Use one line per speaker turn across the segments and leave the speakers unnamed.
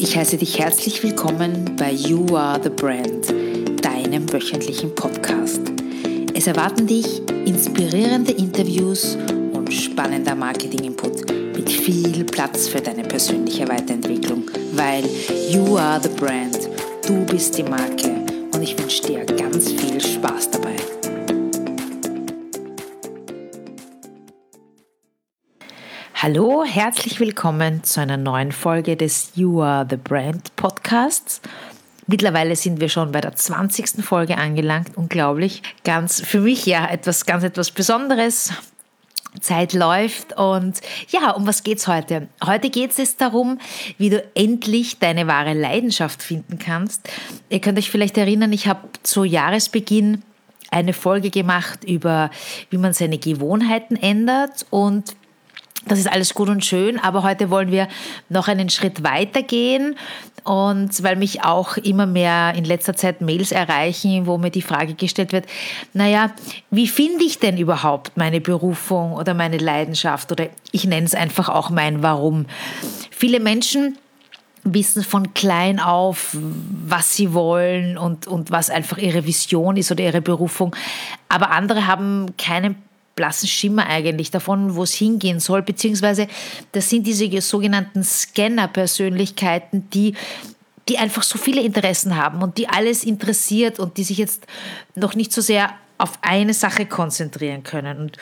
Ich heiße dich herzlich willkommen bei You Are the Brand, deinem wöchentlichen Podcast. Es erwarten dich inspirierende Interviews und spannender Marketing-Input mit viel Platz für deine persönliche Weiterentwicklung, weil You Are the Brand, du bist die Marke und ich wünsche dir ganz viel Spaß dabei. Hallo, herzlich willkommen zu einer neuen Folge des You Are the Brand Podcasts. Mittlerweile sind wir schon bei der 20. Folge angelangt, unglaublich. Für mich etwas Besonderes. Zeit läuft und um was geht's heute? Heute geht es darum, wie du endlich deine wahre Leidenschaft finden kannst. Ihr könnt euch vielleicht erinnern, ich habe zu Jahresbeginn eine Folge gemacht über, wie man seine Gewohnheiten ändert, und das ist alles gut und schön, aber heute wollen wir noch einen Schritt weiter gehen, und weil mich auch immer mehr in letzter Zeit Mails erreichen, wo mir die Frage gestellt wird, wie finde ich denn überhaupt meine Berufung oder meine Leidenschaft, oder ich nenne es einfach auch mein Warum. Viele Menschen wissen von klein auf, was sie wollen und was einfach ihre Vision ist oder ihre Berufung, aber andere haben keinen blassen Schimmer eigentlich davon, wo es hingehen soll, beziehungsweise das sind diese sogenannten Scanner-Persönlichkeiten, die einfach so viele Interessen haben und die alles interessiert und die sich jetzt noch nicht so sehr auf eine Sache konzentrieren können, und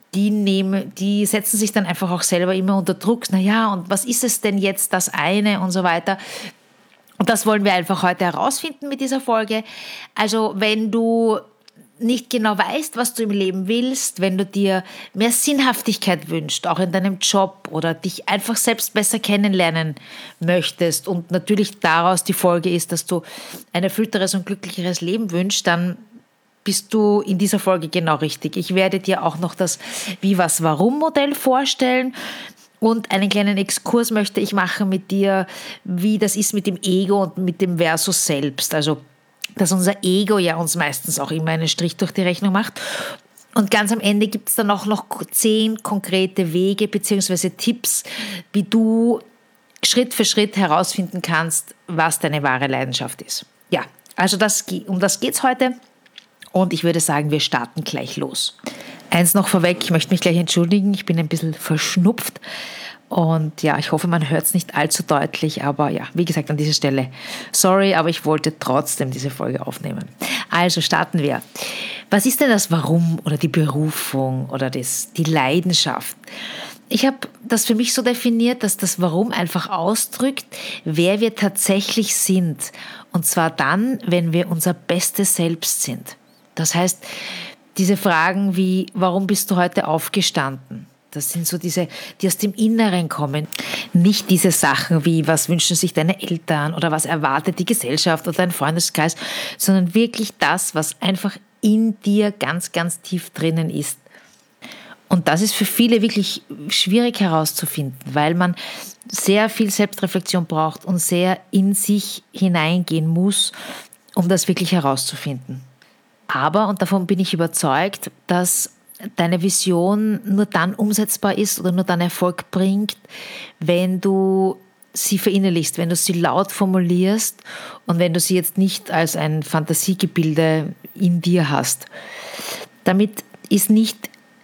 die setzen sich dann einfach auch selber immer unter Druck, und was ist es denn jetzt das eine und so weiter. Und das wollen wir einfach heute herausfinden mit dieser Folge. Also wenn du nicht genau weißt, was du im Leben willst, wenn du dir mehr Sinnhaftigkeit wünschst, auch in deinem Job, oder dich einfach selbst besser kennenlernen möchtest und natürlich daraus die Folge ist, dass du ein erfüllteres und glücklicheres Leben wünschst, dann bist du in dieser Folge genau richtig. Ich werde dir auch noch das Wie-Was-Warum-Modell vorstellen. Und einen kleinen Exkurs möchte ich machen mit dir, wie das ist mit dem Ego und mit dem Versus Selbst. Also dass unser Ego uns meistens auch immer einen Strich durch die Rechnung macht. Und ganz am Ende gibt es dann auch noch 10 konkrete Wege bzw. Tipps, wie du Schritt für Schritt herausfinden kannst, was deine wahre Leidenschaft ist. Ja, also um das geht es heute, und ich würde sagen, wir starten gleich los. Eins noch vorweg, ich möchte mich gleich entschuldigen, ich bin ein bisschen verschnupft. Und ich hoffe, man hört es nicht allzu deutlich, aber wie gesagt, an dieser Stelle, sorry, aber ich wollte trotzdem diese Folge aufnehmen. Also starten wir. Was ist denn das Warum oder die Berufung oder die Leidenschaft? Ich habe das für mich so definiert, dass das Warum einfach ausdrückt, wer wir tatsächlich sind. Und zwar dann, wenn wir unser bestes Selbst sind. Das heißt, diese Fragen wie, warum bist du heute aufgestanden? Das sind so diese, die aus dem Inneren kommen. Nicht diese Sachen wie, was wünschen sich deine Eltern oder was erwartet die Gesellschaft oder dein Freundeskreis, sondern wirklich das, was einfach in dir ganz, ganz tief drinnen ist. Und das ist für viele wirklich schwierig herauszufinden, weil man sehr viel Selbstreflexion braucht und sehr in sich hineingehen muss, um das wirklich herauszufinden. Aber, und davon bin ich überzeugt, dass deine Vision nur dann umsetzbar ist oder nur dann Erfolg bringt, wenn du sie verinnerlichst, wenn du sie laut formulierst und wenn du sie jetzt nicht als ein Fantasiegebilde in dir hast. Damit ist nicht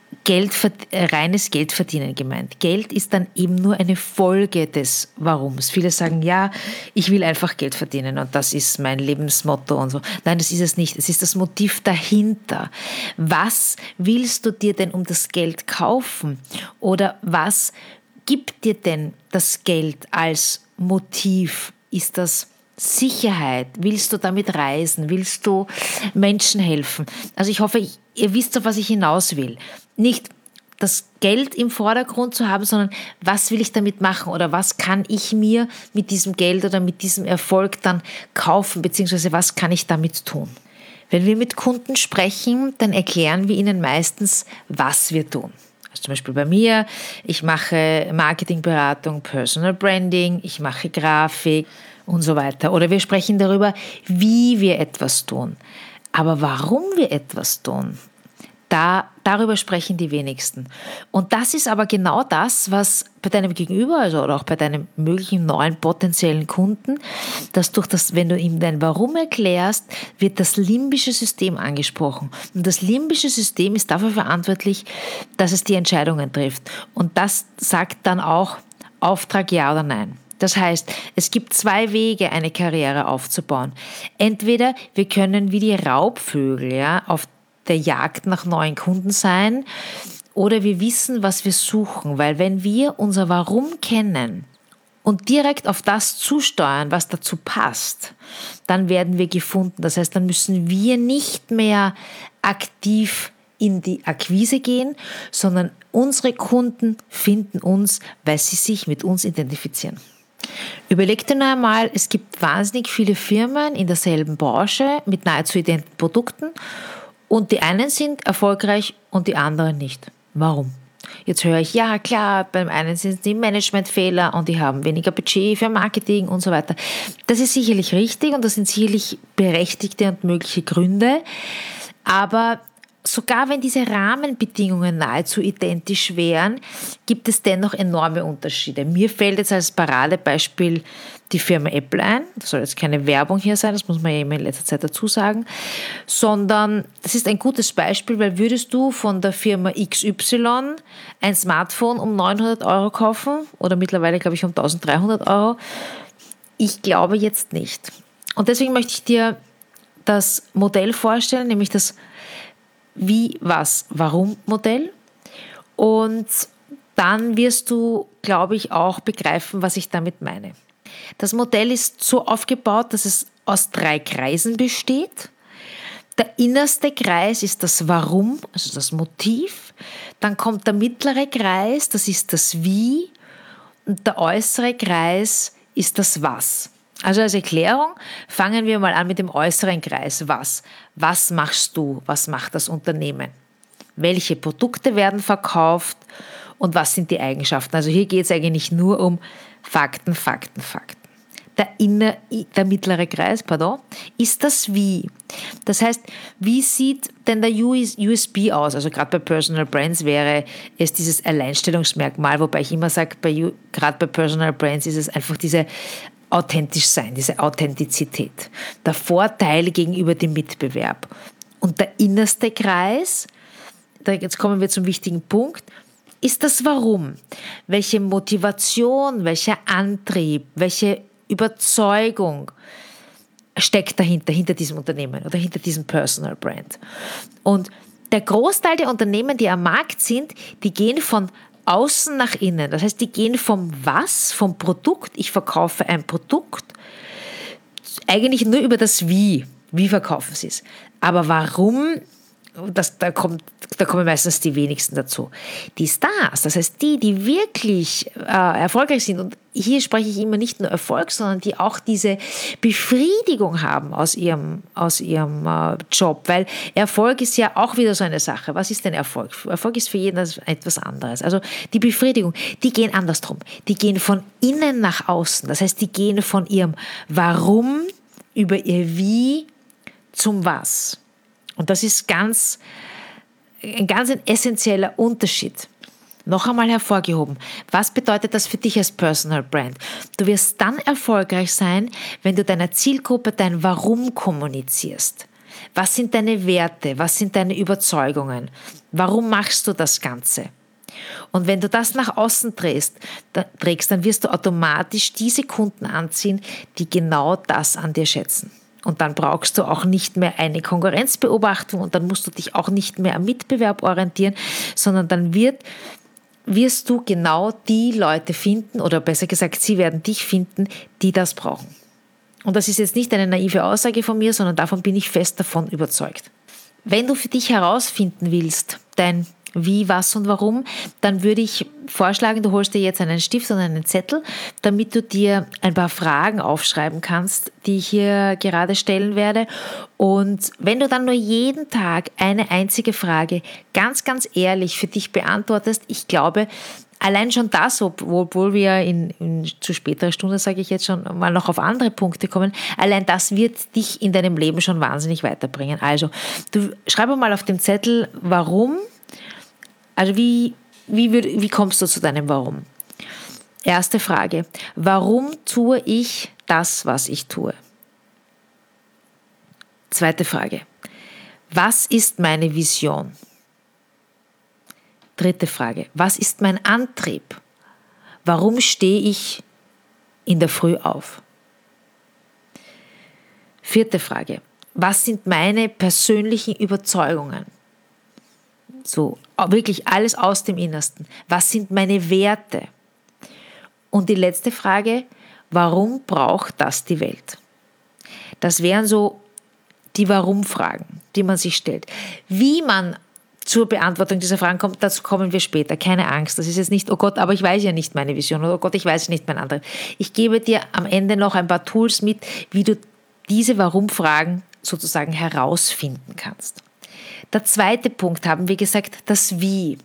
reines Geldverdienen gemeint. Geld ist dann eben nur eine Folge des Warums. Viele sagen, ich will einfach Geld verdienen und das ist mein Lebensmotto und so. Nein, das ist es nicht. Es ist das Motiv dahinter. Was willst du dir denn um das Geld kaufen? Oder was gibt dir denn das Geld als Motiv? Ist das Sicherheit? Willst du damit reisen? Willst du Menschen helfen? Also ich hoffe, ihr wisst, auf was ich hinaus will. Nicht das Geld im Vordergrund zu haben, sondern was will ich damit machen oder was kann ich mir mit diesem Geld oder mit diesem Erfolg dann kaufen, beziehungsweise was kann ich damit tun? Wenn wir mit Kunden sprechen, dann erklären wir ihnen meistens, was wir tun. Also zum Beispiel bei mir, ich mache Marketingberatung, Personal Branding, ich mache Grafik und so weiter. Oder wir sprechen darüber, wie wir etwas tun. Aber warum wir etwas tun, Darüber sprechen die wenigsten. Und das ist aber genau das, was bei deinem Gegenüber, also oder auch bei deinem möglichen neuen potenziellen Kunden, dass wenn du ihm dein Warum erklärst, wird das limbische System angesprochen. Und das limbische System ist dafür verantwortlich, dass es die Entscheidungen trifft. Und das sagt dann auch Auftrag ja oder nein. Das heißt, es gibt 2 Wege, eine Karriere aufzubauen. Entweder wir können wie die Raubvögel auf der Jagd nach neuen Kunden sein, oder wir wissen, was wir suchen, weil wenn wir unser Warum kennen und direkt auf das zusteuern, was dazu passt, dann werden wir gefunden. Das heißt, dann müssen wir nicht mehr aktiv in die Akquise gehen, sondern unsere Kunden finden uns, weil sie sich mit uns identifizieren. Überleg dir noch einmal, es gibt wahnsinnig viele Firmen in derselben Branche mit nahezu identischen Produkten und die einen sind erfolgreich und die anderen nicht. Warum? Jetzt höre ich, ja klar, beim einen sind es die Managementfehler und die haben weniger Budget für Marketing und so weiter. Das ist sicherlich richtig und das sind sicherlich berechtigte und mögliche Gründe, aber sogar wenn diese Rahmenbedingungen nahezu identisch wären, gibt es dennoch enorme Unterschiede. Mir fällt jetzt als Paradebeispiel die Firma Apple ein. Das soll jetzt keine Werbung hier sein, das muss man ja immer in letzter Zeit dazu sagen, sondern das ist ein gutes Beispiel, weil würdest du von der Firma XY ein Smartphone um 900 Euro kaufen oder mittlerweile, glaube ich, um 1300 Euro? Ich glaube jetzt nicht. Und deswegen möchte ich dir das Modell vorstellen, nämlich das Wie, was, warum Modell. Und dann wirst du, glaube ich, auch begreifen, was ich damit meine. Das Modell ist so aufgebaut, dass es aus 3 Kreisen besteht. Der innerste Kreis ist das Warum, also das Motiv. Dann kommt der mittlere Kreis, das ist das Wie. Und der äußere Kreis ist das Was. Also als Erklärung fangen wir mal an mit dem äußeren Kreis. Was? Was machst du? Was macht das Unternehmen? Welche Produkte werden verkauft und was sind die Eigenschaften? Also hier geht es eigentlich nur um Fakten, Fakten, Fakten. Der mittlere Kreis, ist das Wie. Das heißt, wie sieht denn der USP aus? Also gerade bei Personal Brands wäre es dieses Alleinstellungsmerkmal, wobei ich immer sage, gerade bei Personal Brands ist es einfach diese authentisch sein, diese Authentizität, der Vorteil gegenüber dem Mitbewerb. Und der innerste Kreis, jetzt kommen wir zum wichtigen Punkt, ist das Warum. Welche Motivation, welcher Antrieb, welche Überzeugung steckt dahinter, hinter diesem Unternehmen oder hinter diesem Personal Brand. Und der Großteil der Unternehmen, die am Markt sind, die gehen von außen nach innen. Das heißt, die gehen vom Was, vom Produkt, ich verkaufe ein Produkt, eigentlich nur über das Wie verkaufen sie es. Aber warum, da kommen meistens die wenigsten dazu. Die Stars, das heißt die wirklich erfolgreich sind, und hier spreche ich immer nicht nur Erfolg, sondern die auch diese Befriedigung haben aus ihrem Job, weil Erfolg ist ja auch wieder so eine Sache. Was ist denn Erfolg? Erfolg ist für jeden etwas anderes. Also die Befriedigung, die gehen andersrum. Die gehen von innen nach außen. Das heißt, die gehen von ihrem Warum über ihr Wie zum Was. Und das ist ein ganz essentieller Unterschied. Noch einmal hervorgehoben. Was bedeutet das für dich als Personal Brand? Du wirst dann erfolgreich sein, wenn du deiner Zielgruppe dein Warum kommunizierst. Was sind deine Werte? Was sind deine Überzeugungen? Warum machst du das Ganze? Und wenn du das nach außen trägst, dann wirst du automatisch diese Kunden anziehen, die genau das an dir schätzen. Und dann brauchst du auch nicht mehr eine Konkurrenzbeobachtung und dann musst du dich auch nicht mehr am Mitbewerb orientieren, sondern dann wirst du genau die Leute finden, oder besser gesagt, sie werden dich finden, die das brauchen. Und das ist jetzt nicht eine naive Aussage von mir, sondern davon bin ich fest davon überzeugt. Wenn du für dich herausfinden willst, dein Wie, was und warum, dann würde ich vorschlagen, du holst dir jetzt einen Stift und einen Zettel, damit du dir ein paar Fragen aufschreiben kannst, die ich hier gerade stellen werde. Und wenn du dann nur jeden Tag eine einzige Frage ganz, ganz ehrlich für dich beantwortest, ich glaube, allein schon das, obwohl wir zu späterer Stunde, sage ich jetzt schon, mal noch auf andere Punkte kommen, allein das wird dich in deinem Leben schon wahnsinnig weiterbringen. Also, du schreibe mal auf dem Zettel, warum, also wie kommst du zu deinem Warum? Erste Frage, warum tue ich das, was ich tue? Zweite Frage, was ist meine Vision? Dritte Frage, was ist mein Antrieb? Warum stehe ich in der Früh auf? Vierte Frage, was sind meine persönlichen Überzeugungen? So, wirklich alles aus dem Innersten. Was sind meine Werte? Und die letzte Frage, warum braucht das die Welt? Das wären so die Warum-Fragen, die man sich stellt. Wie man zur Beantwortung dieser Fragen kommt, dazu kommen wir später. Keine Angst, das ist jetzt nicht, oh Gott, aber ich weiß ja nicht meine Vision oder oh Gott, ich weiß nicht mein anderes. Ich gebe dir am Ende noch ein paar Tools mit, wie du diese Warum-Fragen sozusagen herausfinden kannst. Der zweite Punkt haben wir gesagt, das Wie.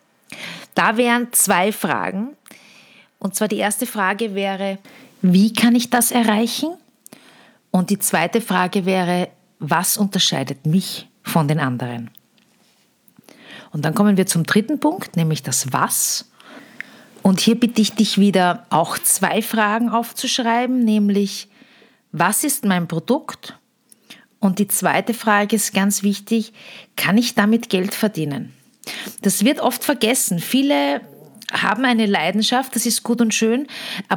Da wären 2 Fragen. Und zwar die erste Frage wäre, wie kann ich das erreichen? Und die zweite Frage wäre, was unterscheidet mich von den anderen? Und dann kommen wir zum dritten Punkt, nämlich das Was. Und hier bitte ich dich wieder auch 2 Fragen aufzuschreiben, nämlich was ist mein Produkt? Und die zweite Frage ist ganz wichtig, kann ich damit Geld verdienen? Das wird oft vergessen. Viele haben eine Leidenschaft, das ist gut und schön,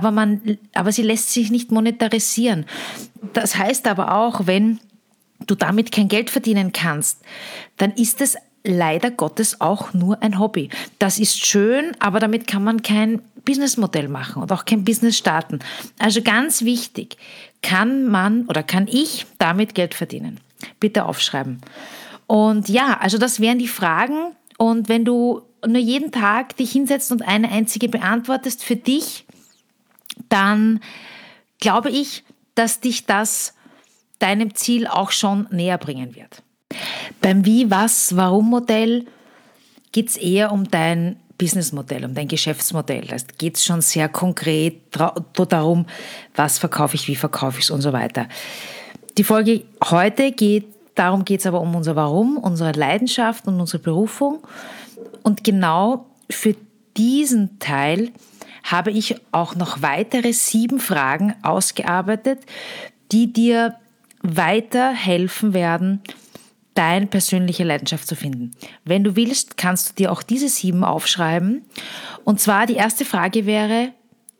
aber sie lässt sich nicht monetarisieren. Das heißt aber auch, wenn du damit kein Geld verdienen kannst, dann ist es leider Gottes auch nur ein Hobby. Das ist schön, aber damit kann man kein Businessmodell machen und auch kein Business starten. Also ganz wichtig, kann ich damit Geld verdienen? Bitte aufschreiben. Und ja, also das wären die Fragen. Und wenn du nur jeden Tag dich hinsetzt und eine einzige beantwortest für dich, dann glaube ich, dass dich das deinem Ziel auch schon näher bringen wird. Beim Wie, Was, Warum-Modell geht es eher um dein Businessmodell, um dein Geschäftsmodell. Da geht es schon sehr konkret darum, was verkaufe ich, wie verkaufe ich es und so weiter. Die Folge heute darum geht es aber um unser Warum, unsere Leidenschaft und unsere Berufung. Und genau für diesen Teil habe ich auch noch weitere 7 Fragen ausgearbeitet, die dir weiterhelfen werden, deine persönliche Leidenschaft zu finden. Wenn du willst, kannst du dir auch diese 7 aufschreiben. Und zwar die erste Frage wäre,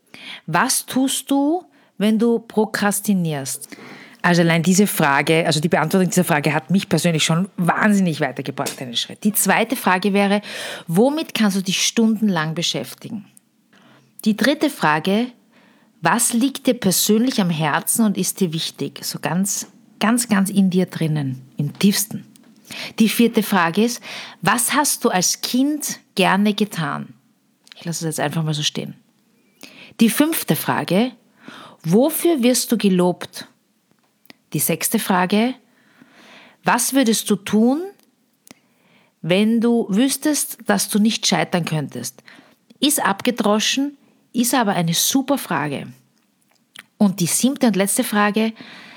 was tust du, wenn du prokrastinierst? Also allein diese Frage, also die Beantwortung dieser Frage hat mich persönlich schon wahnsinnig weitergebracht, einen Schritt. Die zweite Frage wäre, womit kannst du dich stundenlang beschäftigen? Die dritte Frage, was liegt dir persönlich am Herzen und ist dir wichtig? So ganz in dir drinnen, im tiefsten. Die vierte Frage ist, was hast du als Kind gerne getan? Ich lasse es jetzt einfach mal so stehen. Die 5. Frage, wofür wirst du gelobt? Die 6. Frage, was würdest du tun, wenn du wüsstest, dass du nicht scheitern könntest? Ist abgedroschen, ist aber eine super Frage. Und die 7. und letzte Frage,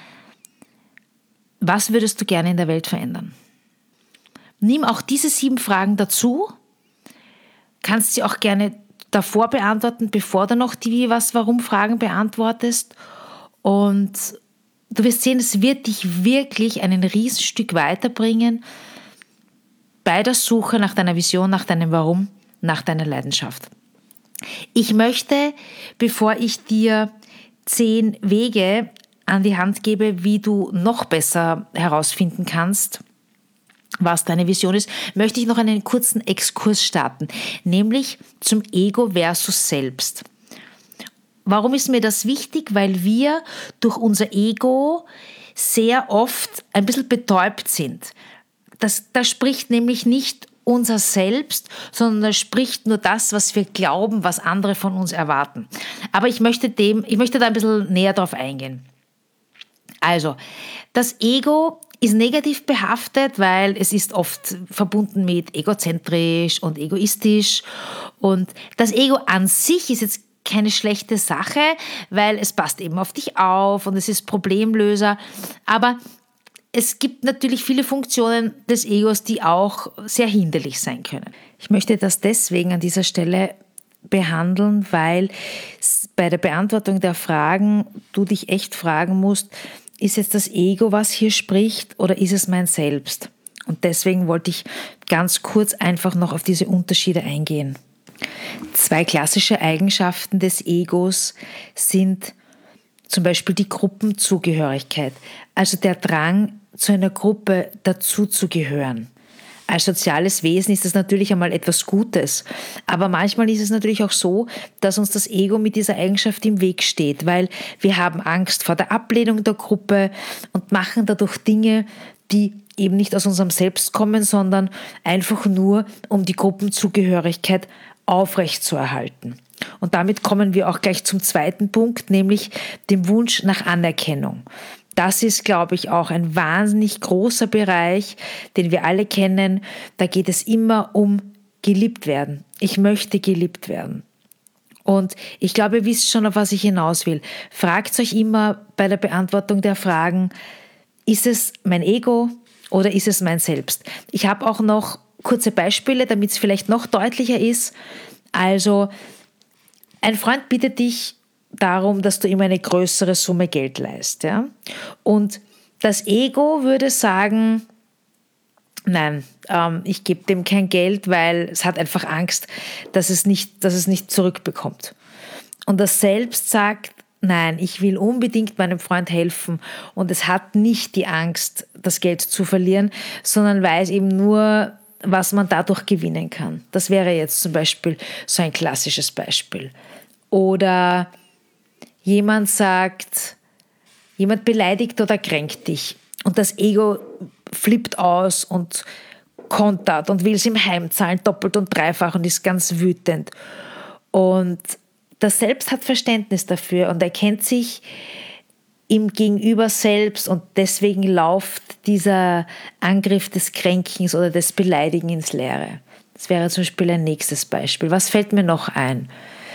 was würdest du gerne in der Welt verändern? Nimm auch diese 7 Fragen dazu, kannst sie auch gerne davor beantworten, bevor du noch die Wie, Was, Warum Fragen beantwortest. Und du wirst sehen, es wird dich wirklich ein Riesenstück weiterbringen bei der Suche nach deiner Vision, nach deinem Warum, nach deiner Leidenschaft. Ich möchte, bevor ich dir 10 Wege an die Hand gebe, wie du noch besser herausfinden kannst, was deine Vision ist, möchte ich noch einen kurzen Exkurs starten, nämlich zum Ego versus Selbst. Warum ist mir das wichtig? Weil wir durch unser Ego sehr oft ein bisschen betäubt sind. Da spricht nämlich nicht unser Selbst, sondern da spricht nur das, was wir glauben, was andere von uns erwarten. Aber ich möchte da ein bisschen näher drauf eingehen. Also, das Ego ist negativ behaftet, weil es ist oft verbunden mit egozentrisch und egoistisch. Und das Ego an sich ist jetzt keine schlechte Sache, weil es passt eben auf dich auf und es ist Problemlöser. Aber es gibt natürlich viele Funktionen des Egos, die auch sehr hinderlich sein können. Ich möchte das deswegen an dieser Stelle behandeln, weil bei der Beantwortung der Fragen du dich echt fragen musst, ist jetzt das Ego, was hier spricht, oder ist es mein Selbst? Und deswegen wollte ich ganz kurz einfach noch auf diese Unterschiede eingehen. 2 klassische Eigenschaften des Egos sind zum Beispiel die Gruppenzugehörigkeit, also der Drang, zu einer Gruppe dazuzugehören. Als soziales Wesen ist das natürlich einmal etwas Gutes, aber manchmal ist es natürlich auch so, dass uns das Ego mit dieser Eigenschaft im Weg steht, weil wir haben Angst vor der Ablehnung der Gruppe und machen dadurch Dinge, die eben nicht aus unserem Selbst kommen, sondern einfach nur, um die Gruppenzugehörigkeit aufrechtzuerhalten. Und damit kommen wir auch gleich zum zweiten Punkt, nämlich dem Wunsch nach Anerkennung. Das ist, glaube ich, auch ein wahnsinnig großer Bereich, den wir alle kennen. Da geht es immer um geliebt werden. Ich möchte geliebt werden. Und ich glaube, ihr wisst schon, auf was ich hinaus will. Fragt euch immer bei der Beantwortung der Fragen, ist es mein Ego oder ist es mein Selbst? Ich habe auch noch kurze Beispiele, damit es vielleicht noch deutlicher ist. Also, ein Freund bittet dich darum, dass du ihm eine größere Summe Geld leihst. Ja? Und das Ego würde sagen, nein, ich gebe dem kein Geld, weil es hat einfach Angst, dass es nicht zurückbekommt. Und das Selbst sagt, nein, ich will unbedingt meinem Freund helfen, und es hat nicht die Angst, das Geld zu verlieren, sondern weiß eben nur, was man dadurch gewinnen kann. Das wäre jetzt zum Beispiel so ein klassisches Beispiel. Oder jemand beleidigt oder kränkt dich und das Ego flippt aus und kontert und will es ihm heimzahlen, doppelt und dreifach, und ist ganz wütend. Und das Selbst hat Verständnis dafür und erkennt sich im Gegenüber selbst, und deswegen läuft dieser Angriff des Kränkens oder des Beleidigens ins Leere. Das wäre zum Beispiel ein nächstes Beispiel. Was fällt mir noch ein?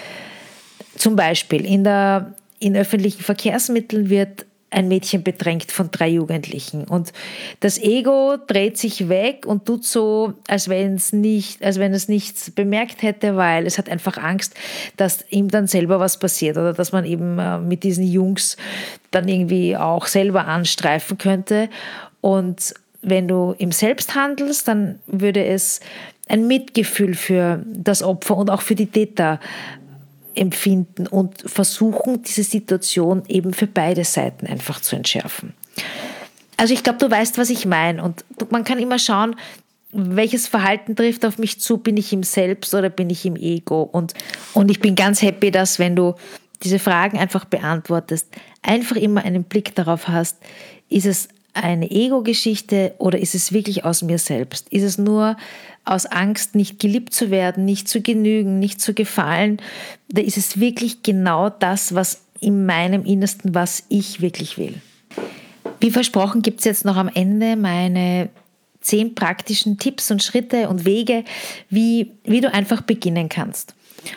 Zum Beispiel in öffentlichen Verkehrsmitteln wird ein Mädchen bedrängt von 3 Jugendlichen und das Ego dreht sich weg und tut so, als wenn es nichts bemerkt hätte, weil es hat einfach Angst, dass ihm dann selber was passiert oder dass man eben mit diesen Jungs dann irgendwie auch selber anstreifen könnte. Und wenn du im Selbst handelst, dann würde es ein Mitgefühl für das Opfer und auch für die Täter empfinden und versuchen, diese Situation eben für beide Seiten einfach zu entschärfen. Also ich glaube, du weißt, was ich meine, und man kann immer schauen, welches Verhalten trifft auf mich zu, bin ich im Selbst oder bin ich im Ego, und ich bin ganz happy, dass, wenn du diese Fragen einfach beantwortest, einfach immer einen Blick darauf hast, ist es eine Ego-Geschichte oder ist es wirklich aus mir selbst? Ist es nur aus Angst, nicht geliebt zu werden, nicht zu genügen, nicht zu gefallen? Oder ist es wirklich genau das, was in meinem Innersten, was ich wirklich will? Wie versprochen, gibt es jetzt noch am Ende meine 10 praktischen Tipps und Schritte und Wege, wie du einfach beginnen kannst.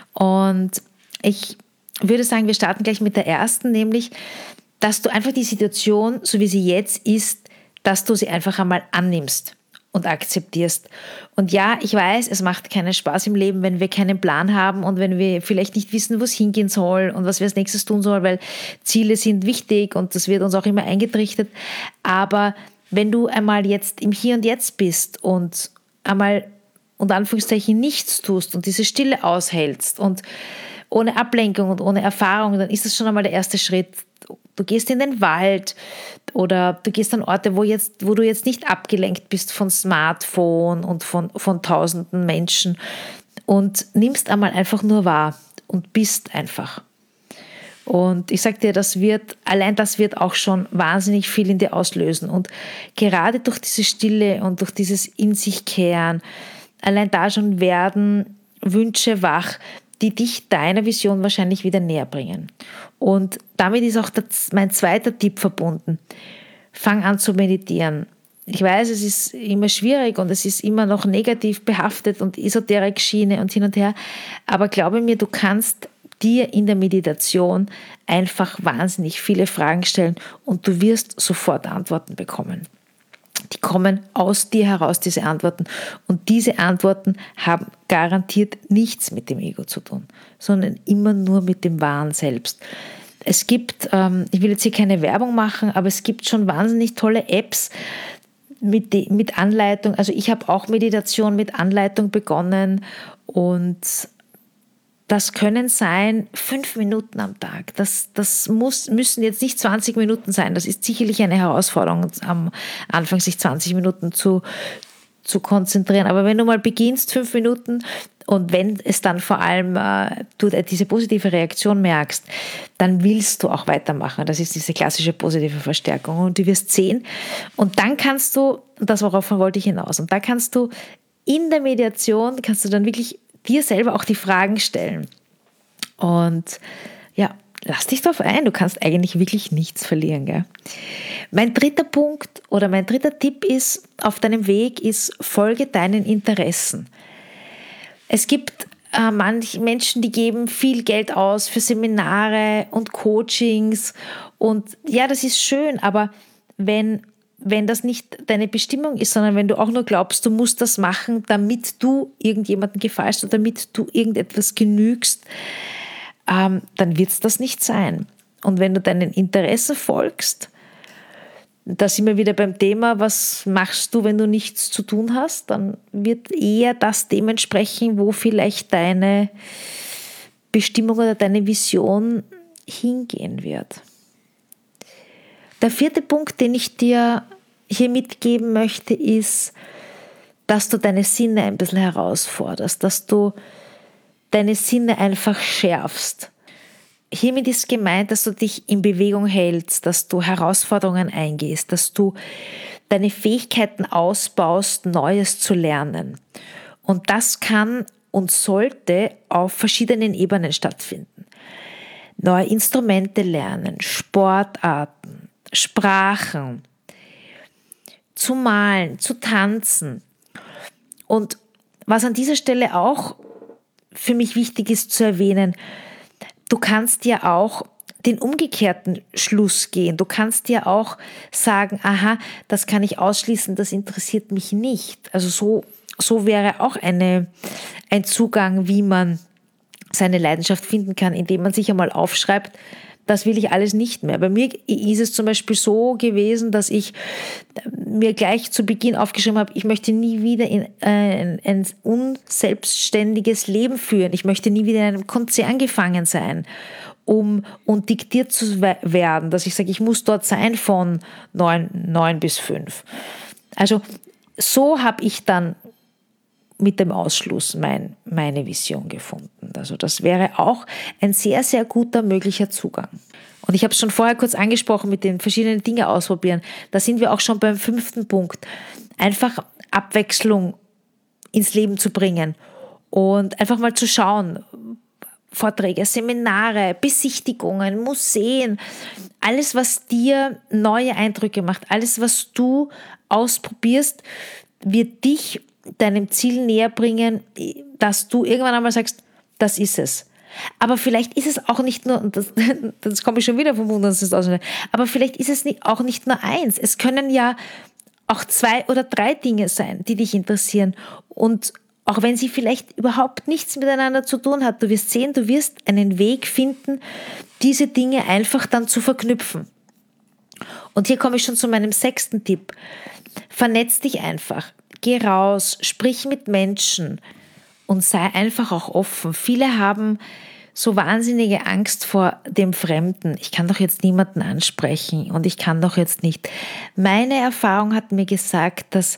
Und ich würde sagen, wir starten gleich mit der ersten, nämlich, dass du einfach die Situation, so wie sie jetzt ist, dass du sie einfach einmal annimmst und akzeptierst. Und ja, ich weiß, es macht keinen Spaß im Leben, wenn wir keinen Plan haben und wenn wir vielleicht nicht wissen, wo es hingehen soll und was wir als nächstes tun sollen, weil Ziele sind wichtig und das wird uns auch immer eingetrichtert. Aber wenn du einmal jetzt im Hier und Jetzt bist und einmal unter Anführungszeichen nichts tust und diese Stille aushältst und ohne Ablenkung und ohne Erfahrung, dann ist das schon einmal der erste Schritt. Du gehst in den Wald oder du gehst an Orte, wo du jetzt nicht abgelenkt bist von Smartphone und von tausenden Menschen, und nimmst einmal einfach nur wahr und bist einfach. Und ich sage dir, allein das wird auch schon wahnsinnig viel in dir auslösen. Und gerade durch diese Stille und durch dieses In sich kehren, allein da schon werden Wünsche wach, die dich deiner Vision wahrscheinlich wieder näher bringen. Und damit ist auch mein zweiter Tipp verbunden. Fang an zu meditieren. Ich weiß, es ist immer schwierig und es ist immer noch negativ behaftet und Esoterik-Schiene und hin und her. Aber glaube mir, du kannst dir in der Meditation einfach wahnsinnig viele Fragen stellen und du wirst sofort Antworten bekommen. Die kommen aus dir heraus, diese Antworten. Und diese Antworten haben garantiert nichts mit dem Ego zu tun, sondern immer nur mit dem wahren Selbst. Es gibt, ich will jetzt hier keine Werbung machen, aber es gibt schon wahnsinnig tolle Apps mit Anleitung. Also ich habe auch Meditation mit Anleitung begonnen und das können sein 5 Minuten am Tag. Das müssen jetzt nicht 20 Minuten sein. Das ist sicherlich eine Herausforderung, am Anfang sich 20 Minuten zu konzentrieren. Aber wenn du mal beginnst, 5 Minuten, und wenn es dann vor allem du diese positive Reaktion merkst, dann willst du auch weitermachen. Das ist diese klassische positive Verstärkung. Und du wirst sehen. Und dann kannst du, das worauf wollte ich hinaus, und da kannst du in der Mediation, kannst du dann wirklich dir selber auch die Fragen stellen. Und ja, lass dich darauf ein, du kannst eigentlich wirklich nichts verlieren. Gell? Mein dritter Punkt oder mein dritter Tipp ist auf deinem Weg ist, folge deinen Interessen. Es gibt manche Menschen, die geben viel Geld aus für Seminare und Coachings und ja, das ist schön, aber wenn das nicht deine Bestimmung ist, sondern wenn du auch nur glaubst, du musst das machen, damit du irgendjemandem gefällst oder damit du irgendetwas genügst, dann wird es das nicht sein. Und wenn du deinen Interessen folgst, da sind wir wieder beim Thema, was machst du, wenn du nichts zu tun hast, dann wird eher das dementsprechend, wo vielleicht deine Bestimmung oder deine Vision hingehen wird. Der vierte Punkt, den ich dir hier mitgeben möchte, ist, dass du deine Sinne ein bisschen herausforderst, dass du deine Sinne einfach schärfst. Hiermit ist gemeint, dass du dich in Bewegung hältst, dass du Herausforderungen eingehst, dass du deine Fähigkeiten ausbaust, Neues zu lernen. Und das kann und sollte auf verschiedenen Ebenen stattfinden. Neue Instrumente lernen, Sportarten, Sprachen, zu malen, zu tanzen. Und was an dieser Stelle auch für mich wichtig ist zu erwähnen, du kannst ja auch den umgekehrten Schluss gehen. Du kannst ja auch sagen, aha, das kann ich ausschließen, das interessiert mich nicht. Also so wäre auch ein Zugang, wie man seine Leidenschaft finden kann, indem man sich einmal aufschreibt, das will ich alles nicht mehr. Bei mir ist es zum Beispiel so gewesen, dass ich mir gleich zu Beginn aufgeschrieben habe, ich möchte nie wieder ein unselbstständiges Leben führen. Ich möchte nie wieder in einem Konzern gefangen sein, und diktiert zu werden, dass ich sage, ich muss dort sein von 9 bis 5. Also so habe ich dann mit dem Ausschluss meine Vision gefunden. Also das wäre auch ein sehr, sehr guter möglicher Zugang. Und ich habe es schon vorher kurz angesprochen mit den verschiedenen Dingen ausprobieren. Da sind wir auch schon beim 5. Punkt. Einfach Abwechslung ins Leben zu bringen und einfach mal zu schauen. Vorträge, Seminare, Besichtigungen, Museen, alles, was dir neue Eindrücke macht, alles, was du ausprobierst, wird dich deinem Ziel näher bringen, dass du irgendwann einmal sagst, das ist es. Aber vielleicht ist es auch nicht nur, und das komme ich schon wieder vom Wundernstes aus, aber vielleicht ist es auch nicht nur eins. Es können ja auch 2 oder 3 Dinge sein, die dich interessieren. Und auch wenn sie vielleicht überhaupt nichts miteinander zu tun hat, du wirst sehen, du wirst einen Weg finden, diese Dinge einfach dann zu verknüpfen. Und hier komme ich schon zu meinem 6. Tipp. Vernetz dich einfach. Geh raus, sprich mit Menschen und sei einfach auch offen. Viele haben so wahnsinnige Angst vor dem Fremden. Ich kann doch jetzt niemanden ansprechen und ich kann doch jetzt nicht. Meine Erfahrung hat mir gesagt, dass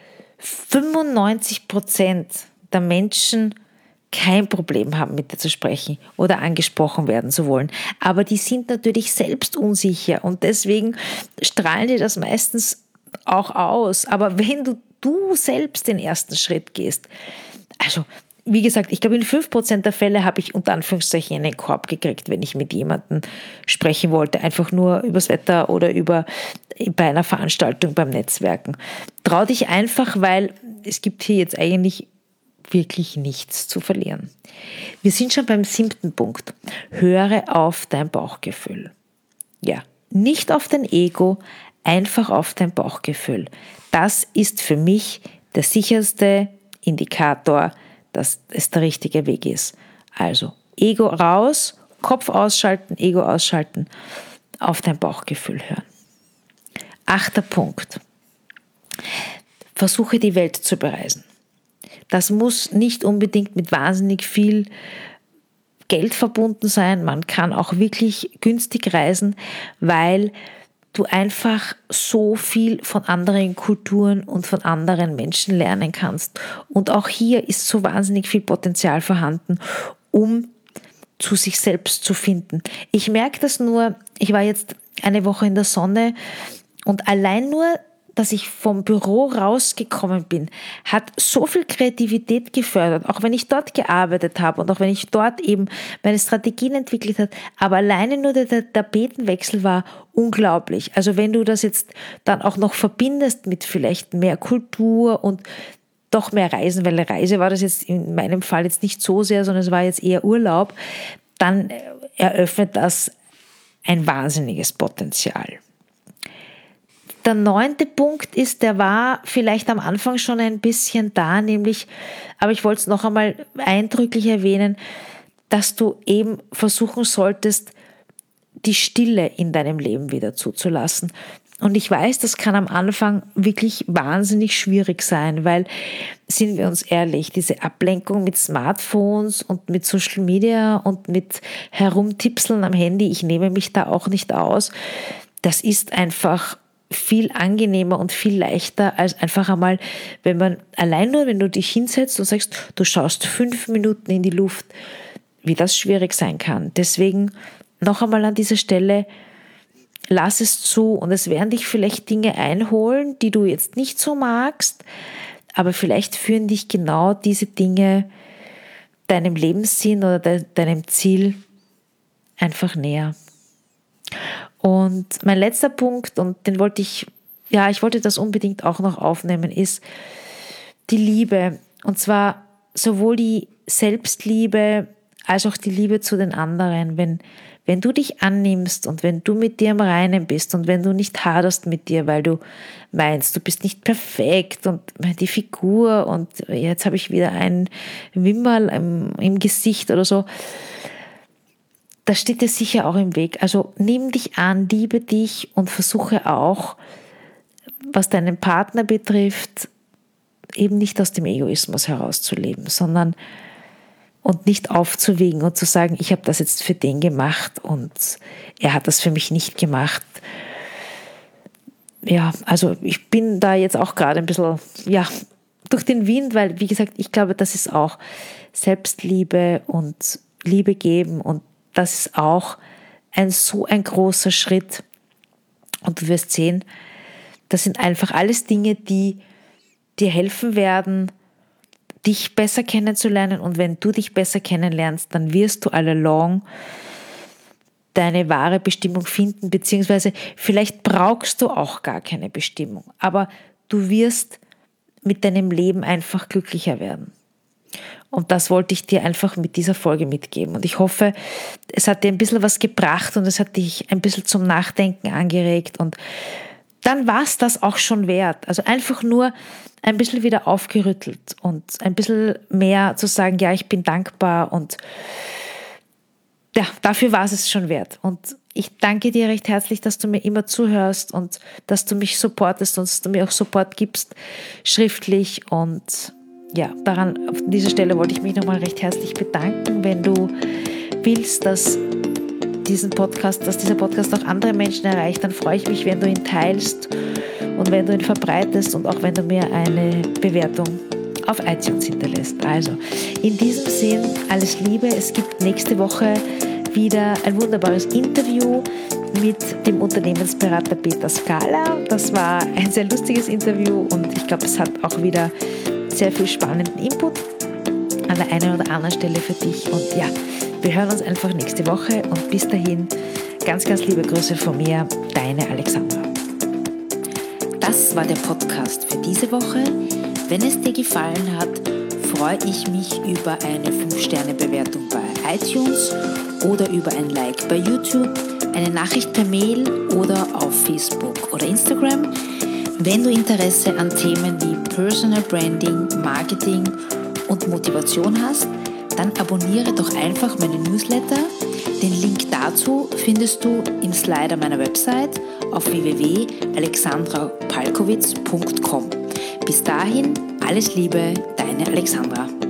95% der Menschen kein Problem haben, mit dir zu sprechen oder angesprochen werden zu wollen. Aber die sind natürlich selbst unsicher und deswegen strahlen die das meistens auch aus. Aber wenn du selbst den ersten Schritt gehst, also wie gesagt, ich glaube, in 5% der Fälle habe ich unter Anführungszeichen einen Korb gekriegt, wenn ich mit jemandem sprechen wollte, einfach nur übers Wetter oder bei einer Veranstaltung, beim Netzwerken. Trau dich einfach, weil es gibt hier jetzt eigentlich wirklich nichts zu verlieren. Wir sind schon beim 7. Punkt. Höre auf dein Bauchgefühl. Ja, nicht auf dein Ego, einfach auf dein Bauchgefühl. Das ist für mich der sicherste Indikator, dass es der richtige Weg ist. Also Ego raus, Kopf ausschalten, Ego ausschalten, auf dein Bauchgefühl hören. 8. Punkt. Versuche die Welt zu bereisen. Das muss nicht unbedingt mit wahnsinnig viel Geld verbunden sein. Man kann auch wirklich günstig reisen, weil du einfach so viel von anderen Kulturen und von anderen Menschen lernen kannst. Und auch hier ist so wahnsinnig viel Potenzial vorhanden, um zu sich selbst zu finden. Ich merke das nur, ich war jetzt eine Woche in der Sonne und allein nur, dass ich vom Büro rausgekommen bin, hat so viel Kreativität gefördert, auch wenn ich dort gearbeitet habe und auch wenn ich dort eben meine Strategien entwickelt habe. Aber alleine nur der Tapetenwechsel war unglaublich. Also wenn du das jetzt dann auch noch verbindest mit vielleicht mehr Kultur und doch mehr Reisen, weil eine Reise war das jetzt in meinem Fall jetzt nicht so sehr, sondern es war jetzt eher Urlaub, dann eröffnet das ein wahnsinniges Potenzial. Der 9. Punkt ist, der war vielleicht am Anfang schon ein bisschen da, nämlich, aber ich wollte es noch einmal eindrücklich erwähnen, dass du eben versuchen solltest, die Stille in deinem Leben wieder zuzulassen. Und ich weiß, das kann am Anfang wirklich wahnsinnig schwierig sein, weil, sind wir uns ehrlich, diese Ablenkung mit Smartphones und mit Social Media und mit Herumtipseln am Handy, ich nehme mich da auch nicht aus, das ist einfach viel angenehmer und viel leichter als einfach einmal, wenn du dich hinsetzt und sagst, du schaust 5 Minuten in die Luft, wie das schwierig sein kann. Deswegen noch einmal an dieser Stelle, lass es zu und es werden dich vielleicht Dinge einholen, die du jetzt nicht so magst, aber vielleicht führen dich genau diese Dinge deinem Lebenssinn oder deinem Ziel einfach näher. Und mein letzter Punkt, und ich wollte das unbedingt auch noch aufnehmen, ist die Liebe. Und zwar sowohl die Selbstliebe als auch die Liebe zu den anderen. Wenn du dich annimmst und wenn du mit dir im Reinen bist und wenn du nicht haderst mit dir, weil du meinst, du bist nicht perfekt und die Figur und jetzt habe ich wieder ein Wimmerl im Gesicht oder so, das steht dir sicher auch im Weg. Also nimm dich an, liebe dich und versuche auch, was deinen Partner betrifft, eben nicht aus dem Egoismus herauszuleben, sondern und nicht aufzuwiegen und zu sagen, ich habe das jetzt für den gemacht und er hat das für mich nicht gemacht. Ja, also ich bin da jetzt auch gerade ein bisschen, durch den Wind, weil, wie gesagt, ich glaube, das ist auch Selbstliebe und Liebe geben und das ist auch so ein großer Schritt. Und du wirst sehen, das sind einfach alles Dinge, die dir helfen werden, dich besser kennenzulernen. Und wenn du dich besser kennenlernst, dann wirst du all along deine wahre Bestimmung finden, beziehungsweise vielleicht brauchst du auch gar keine Bestimmung. Aber du wirst mit deinem Leben einfach glücklicher werden. Und das wollte ich dir einfach mit dieser Folge mitgeben. Und ich hoffe, es hat dir ein bisschen was gebracht und es hat dich ein bisschen zum Nachdenken angeregt. Und dann war es das auch schon wert. Also einfach nur ein bisschen wieder aufgerüttelt und ein bisschen mehr zu sagen, ja, ich bin dankbar. Und ja, dafür war es schon wert. Und ich danke dir recht herzlich, dass du mir immer zuhörst und dass du mich supportest und dass du mir auch Support gibst, schriftlich. Und ja, an dieser Stelle wollte ich mich nochmal recht herzlich bedanken. Wenn du willst, dass dieser Podcast auch andere Menschen erreicht, dann freue ich mich, wenn du ihn teilst und wenn du ihn verbreitest und auch wenn du mir eine Bewertung auf iTunes hinterlässt. Also, in diesem Sinn, alles Liebe. Es gibt nächste Woche wieder ein wunderbares Interview mit dem Unternehmensberater Peter Scala. Das war ein sehr lustiges Interview und ich glaube, es hat auch wieder sehr viel spannenden Input. an der einen oder anderen Stelle für dich. Und ja, wir hören uns einfach nächste Woche und bis dahin ganz, ganz liebe Grüße von mir, deine Alexandra. Das war der Podcast für diese Woche. Wenn es dir gefallen hat, freue ich mich über eine 5-Sterne-Bewertung bei iTunes oder über ein Like bei YouTube, eine Nachricht per Mail oder auf Facebook oder Instagram. Wenn du Interesse an Themen wie Personal Branding, Marketing und Motivation hast, dann abonniere doch einfach meine Newsletter. Den Link dazu findest du im Slider meiner Website auf www.alexandrapalkowitz.com. Bis dahin, alles Liebe, deine Alexandra.